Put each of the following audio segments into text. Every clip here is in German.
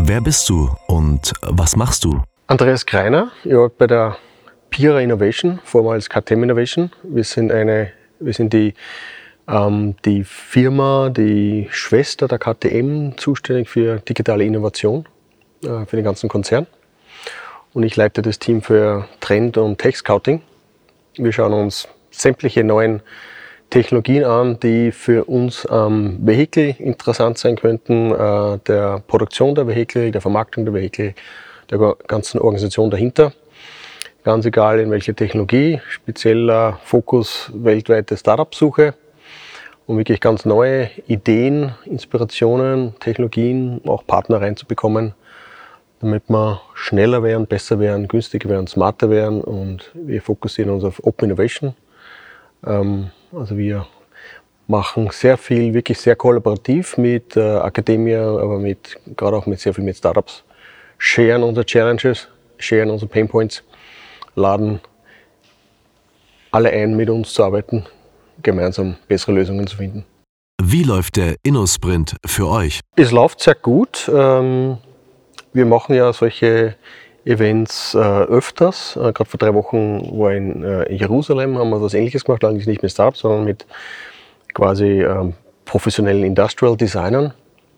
Wer bist du und was machst du? Andreas Greiner, ich arbeite bei der Pira Innovation, vormals KTM Innovation. Wir sind die Firma, die Schwester der KTM, zuständig für digitale Innovation, für den ganzen Konzern. Und ich leite das Team für Trend- und Tech-Scouting. Wir schauen uns sämtliche neuen Technologien an, die für uns am Vehikel interessant sein könnten, der Produktion der Vehikel, der Vermarktung der Vehikel, der ganzen Organisation dahinter. Ganz egal in welche Technologie, spezieller Fokus weltweite Startup-Suche, um wirklich ganz neue Ideen, Inspirationen, Technologien, auch Partner reinzubekommen, damit wir schneller werden, besser werden, günstiger werden, smarter werden, und wir fokussieren uns auf Open Innovation. Also wir machen sehr viel, wirklich sehr kollaborativ mit Akademie, aber gerade auch sehr viel mit Startups. Sharen unsere Challenges, sharen unsere Painpoints, laden alle ein, mit uns zu arbeiten, gemeinsam bessere Lösungen zu finden. Wie läuft der InnoSprint für euch? Es läuft sehr gut. Wir machen ja solche Events öfters. Gerade vor 3 Wochen war in Jerusalem, haben wir was Ähnliches gemacht, allerdings nicht mit Startups, sondern mit quasi professionellen Industrial Designern.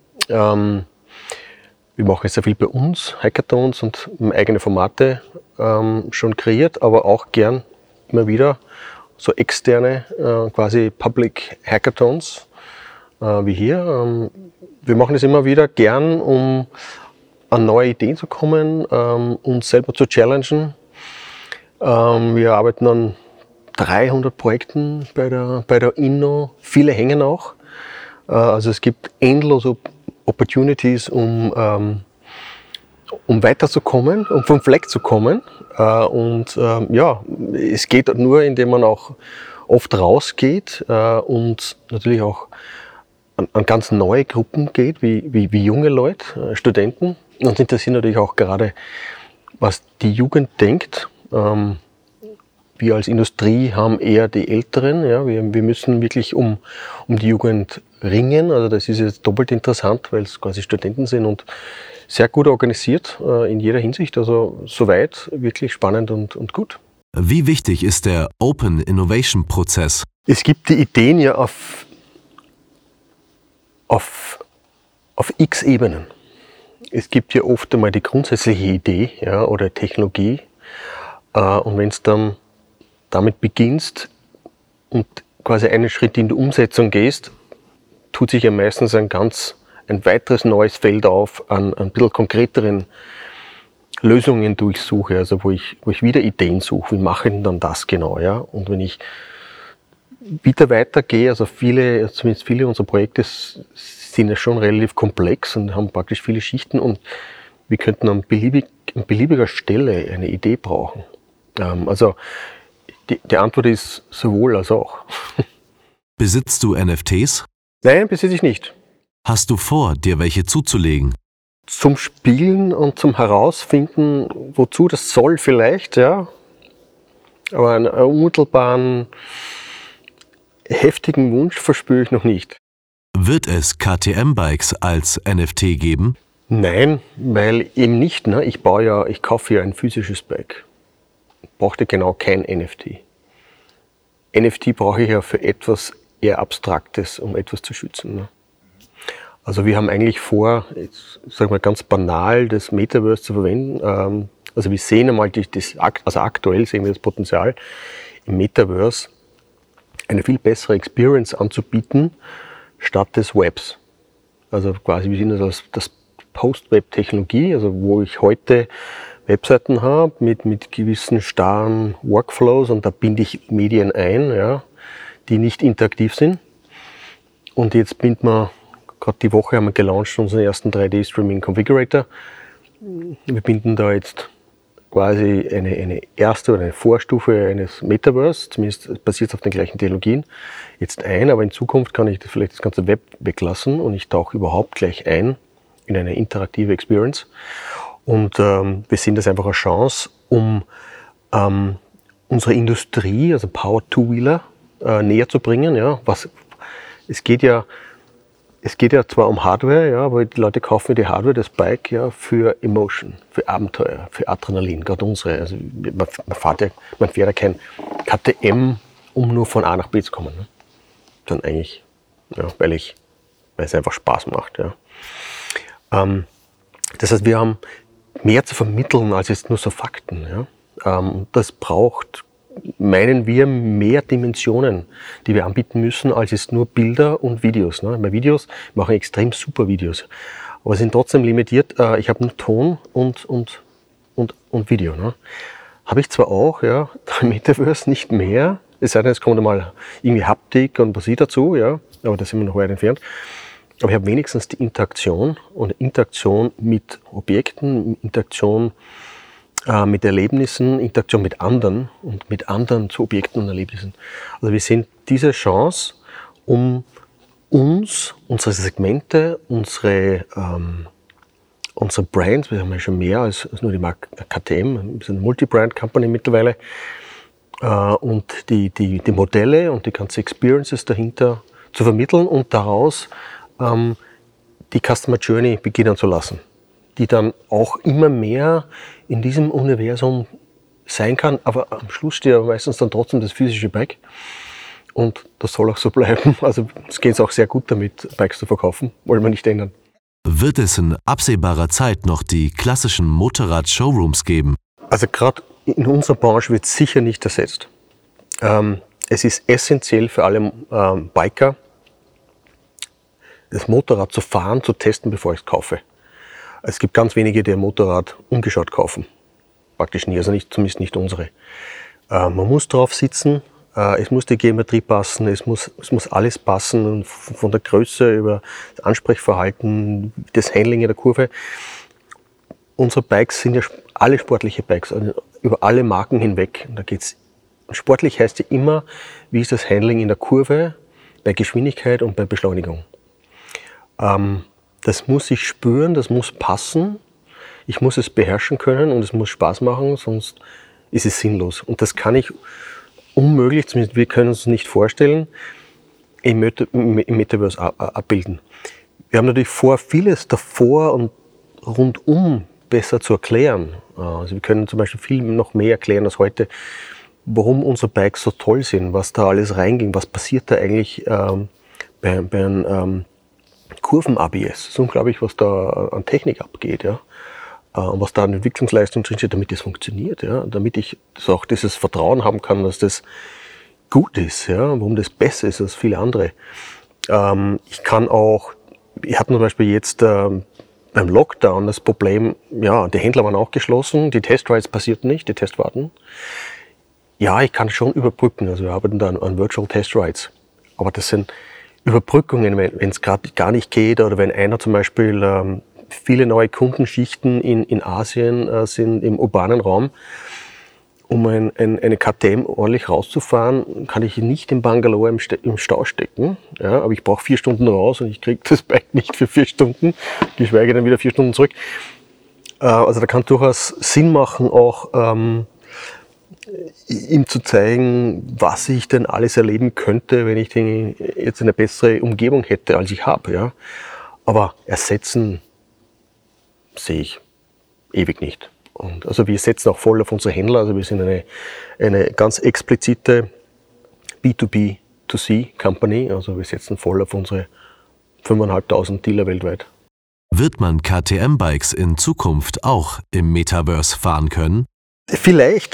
Wir machen jetzt sehr viel bei uns, Hackathons und eigene Formate schon kreiert, aber auch gern immer wieder so externe, quasi Public Hackathons wie hier. Wir machen das immer wieder gern, um an neue Ideen zu kommen, uns selber zu challengen. Wir arbeiten an 300 Projekten bei der Inno. Viele hängen auch. Also es gibt endlose Opportunities, um weiterzukommen, um vom Fleck zu kommen. Es geht nur, indem man auch oft rausgeht und natürlich auch an ganz neue Gruppen geht, wie junge Leute, Studenten. Uns interessiert natürlich auch gerade, was die Jugend denkt. Wir als Industrie haben eher die Älteren. Ja. Wir müssen wirklich um die Jugend ringen. Also das ist jetzt doppelt interessant, weil es quasi Studenten sind und sehr gut organisiert in jeder Hinsicht. Also soweit wirklich spannend und gut. Wie wichtig ist der Open Innovation Prozess? Es gibt die Ideen ja auf x Ebenen. Es gibt ja oft einmal die grundsätzliche Idee, ja, oder Technologie. Und wenn es dann damit beginnst und quasi einen Schritt in die Umsetzung gehst, tut sich ja meistens ein weiteres neues Feld auf an ein bisschen konkreteren Lösungen durchsuche, also wo ich wieder Ideen suche, wie mache ich denn dann das genau, ja? Und wenn ich wieder weitergehe, also zumindest viele unserer Projekte sind ja schon relativ komplex und haben praktisch viele Schichten, und wir könnten an beliebiger Stelle eine Idee brauchen. Also die Antwort ist sowohl als auch. Besitzt du NFTs? Nein, besitze ich nicht. Hast du vor, dir welche zuzulegen? Zum Spielen und zum Herausfinden, wozu das soll vielleicht, ja. Aber einen unmittelbaren, heftigen Wunsch verspüre ich noch nicht. Wird es KTM-Bikes als NFT geben? Nein, weil eben nicht. Ne? Ich kaufe ja ein physisches Bike. Ich brauchte genau kein NFT. NFT brauche ich ja für etwas eher Abstraktes, um etwas zu schützen. Ne? Also wir haben eigentlich vor, jetzt sagen wir ganz banal, das Metaverse zu verwenden. Also wir sehen einmal, aktuell sehen wir das Potenzial, im Metaverse eine viel bessere Experience anzubieten, statt des Webs. Also quasi, wir sind das Post-Web-Technologie, also wo ich heute Webseiten habe mit gewissen starren Workflows, und da binde ich Medien ein, ja, die nicht interaktiv sind. Und jetzt binden wir, gerade die Woche haben wir gelauncht, unseren ersten 3D-Streaming Configurator. Wir binden da jetzt quasi eine erste oder eine Vorstufe eines Metaverse, zumindest basiert auf den gleichen Technologien, jetzt ein, aber in Zukunft kann ich vielleicht das ganze Web weglassen und ich tauche überhaupt gleich ein in eine interaktive Experience. Und wir sehen das einfach eine Chance, um unsere Industrie, also Power Two-Wheeler, näher zu bringen. Ja. Es geht ja es geht ja zwar um Hardware, ja, aber die Leute kaufen die Hardware, das Bike, ja, für Emotion, für Abenteuer, für Adrenalin, gerade unsere. Also man fährt ja kein KTM, um nur von A nach B zu kommen. Ne? Dann eigentlich, ja, weil es einfach Spaß macht. Ja. Das heißt, wir haben mehr zu vermitteln als jetzt nur so Fakten. Ja. Das braucht, meinen wir, mehr Dimensionen, die wir anbieten müssen, als jetzt nur Bilder und Videos. Ne. Bei Videos machen extrem super Videos, aber sind trotzdem limitiert. Ich habe nur Ton und Video. Ne. Habe ich zwar auch, ja, Metaverse nicht mehr, es sei denn, es kommt mal irgendwie Haptik und Musik dazu, ja, aber da sind wir noch weit entfernt. Aber ich habe wenigstens die Interaktion und Interaktion mit Objekten, Interaktion mit Erlebnissen, Interaktion mit anderen und mit anderen zu Objekten und Erlebnissen. Also wir sehen diese Chance, um uns, unsere Segmente, unsere Brands, wir haben ja schon mehr als nur die Marke KTM, wir sind eine Multi-Brand-Company mittlerweile, und die Modelle und die ganzen Experiences dahinter zu vermitteln und daraus die Customer Journey beginnen zu lassen, die dann auch immer mehr in diesem Universum sein kann, aber am Schluss steht ja meistens dann trotzdem das physische Bike und das soll auch so bleiben. Also es geht auch sehr gut damit, Bikes zu verkaufen, wollen wir nicht ändern. Wird es in absehbarer Zeit noch die klassischen Motorrad-Showrooms geben? Also gerade in unserer Branche wird es sicher nicht ersetzt. Es ist essentiell für alle Biker, das Motorrad zu fahren, zu testen, bevor ich es kaufe. Es gibt ganz wenige, die ein Motorrad ungeschaut kaufen. Praktisch nie, also zumindest nicht unsere. Man muss drauf sitzen, es muss die Geometrie passen, es muss alles passen, von der Größe über das Ansprechverhalten, das Handling in der Kurve. Unsere Bikes sind ja alle sportliche Bikes, also über alle Marken hinweg. Und da geht's, sportlich heißt ja immer, wie ist das Handling in der Kurve, bei Geschwindigkeit und bei Beschleunigung. Das muss ich spüren, das muss passen, ich muss es beherrschen können und es muss Spaß machen, sonst ist es sinnlos. Und das kann ich unmöglich, zumindest wir können uns nicht vorstellen, im Metaverse abbilden. Wir haben natürlich vor, vieles davor und rundum besser zu erklären. Also wir können zum Beispiel viel noch mehr erklären als heute, warum unsere Bikes so toll sind, was da alles reinging, was passiert da eigentlich bei einem Kurven-ABS. Es ist unglaublich, was da an Technik abgeht, ja. Und was da an Entwicklungsleistung drinsteht, damit das funktioniert, ja. Damit ich auch dieses Vertrauen haben kann, dass das gut ist, ja. Warum das besser ist als viele andere. Ich kann auch, wir hatten zum Beispiel jetzt beim Lockdown das Problem, ja, die Händler waren auch geschlossen, die Testrides passierten nicht, die Testfahrten. Ja, ich kann schon überbrücken, also wir arbeiten da an Virtual Testrides. Aber das sind Überbrückungen, wenn es gerade gar nicht geht oder wenn einer zum Beispiel viele neue Kundenschichten in Asien sind im urbanen Raum, um eine KTM ordentlich rauszufahren, kann ich nicht in Bangalore im Stau stecken. Ja, aber ich brauche 4 Stunden raus und ich kriege das Bike nicht für 4 Stunden, geschweige denn wieder 4 Stunden zurück. Also da kann durchaus Sinn machen, auch ihm zu zeigen, was ich denn alles erleben könnte, wenn ich jetzt eine bessere Umgebung hätte, als ich habe. Ja. Aber ersetzen sehe ich ewig nicht. Und also wir setzen auch voll auf unsere Händler. Also wir sind eine ganz explizite B2B2C-Company. Also wir setzen voll auf unsere 5.500 Dealer weltweit. Wird man KTM-Bikes in Zukunft auch im Metaverse fahren können? Vielleicht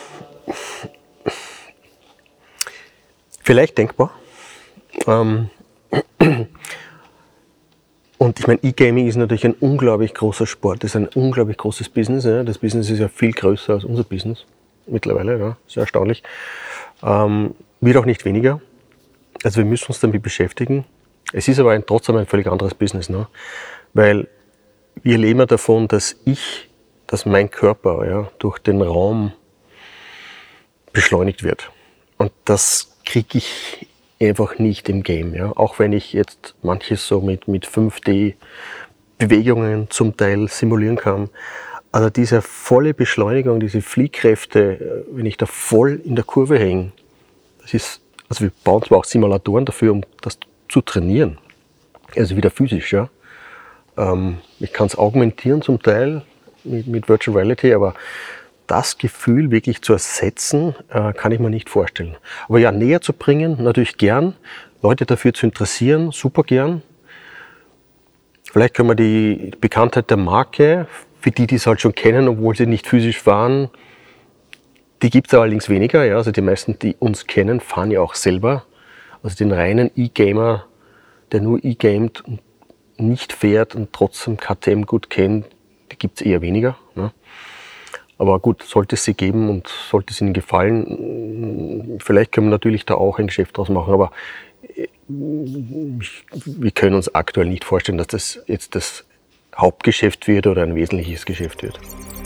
denkbar. Und ich meine, E-Gaming ist natürlich ein unglaublich großer Sport, das ist ein unglaublich großes Business. Ja. Das Business ist ja viel größer als unser Business mittlerweile, ja. Sehr erstaunlich. Wird auch nicht weniger. Also wir müssen uns damit beschäftigen. Es ist aber trotzdem ein völlig anderes Business, ne? Weil wir leben ja davon, dass mein Körper, ja, durch den Raum beschleunigt wird. Und das kriege ich einfach nicht im Game. Ja. Auch wenn ich jetzt manches so mit 5D-Bewegungen zum Teil simulieren kann. Also diese volle Beschleunigung, diese Fliehkräfte, wenn ich da voll in der Kurve hänge, also wir bauen zwar auch Simulatoren dafür, um das zu trainieren. Also wieder physisch, ja. Ich kann es augmentieren zum Teil mit Virtual Reality, aber das Gefühl wirklich zu ersetzen, kann ich mir nicht vorstellen. Aber ja, näher zu bringen, natürlich gern. Leute dafür zu interessieren, super gern. Vielleicht können wir die Bekanntheit der Marke, für die es halt schon kennen, obwohl sie nicht physisch fahren, die gibt es allerdings weniger. Ja. Also die meisten, die uns kennen, fahren ja auch selber. Also den reinen E-Gamer, der nur E-gamet und nicht fährt und trotzdem KTM gut kennt, die gibt es eher weniger. Ne? Aber gut, sollte es sie geben und sollte es ihnen gefallen, vielleicht können wir natürlich da auch ein Geschäft draus machen, aber wir können uns aktuell nicht vorstellen, dass das jetzt das Hauptgeschäft wird oder ein wesentliches Geschäft wird.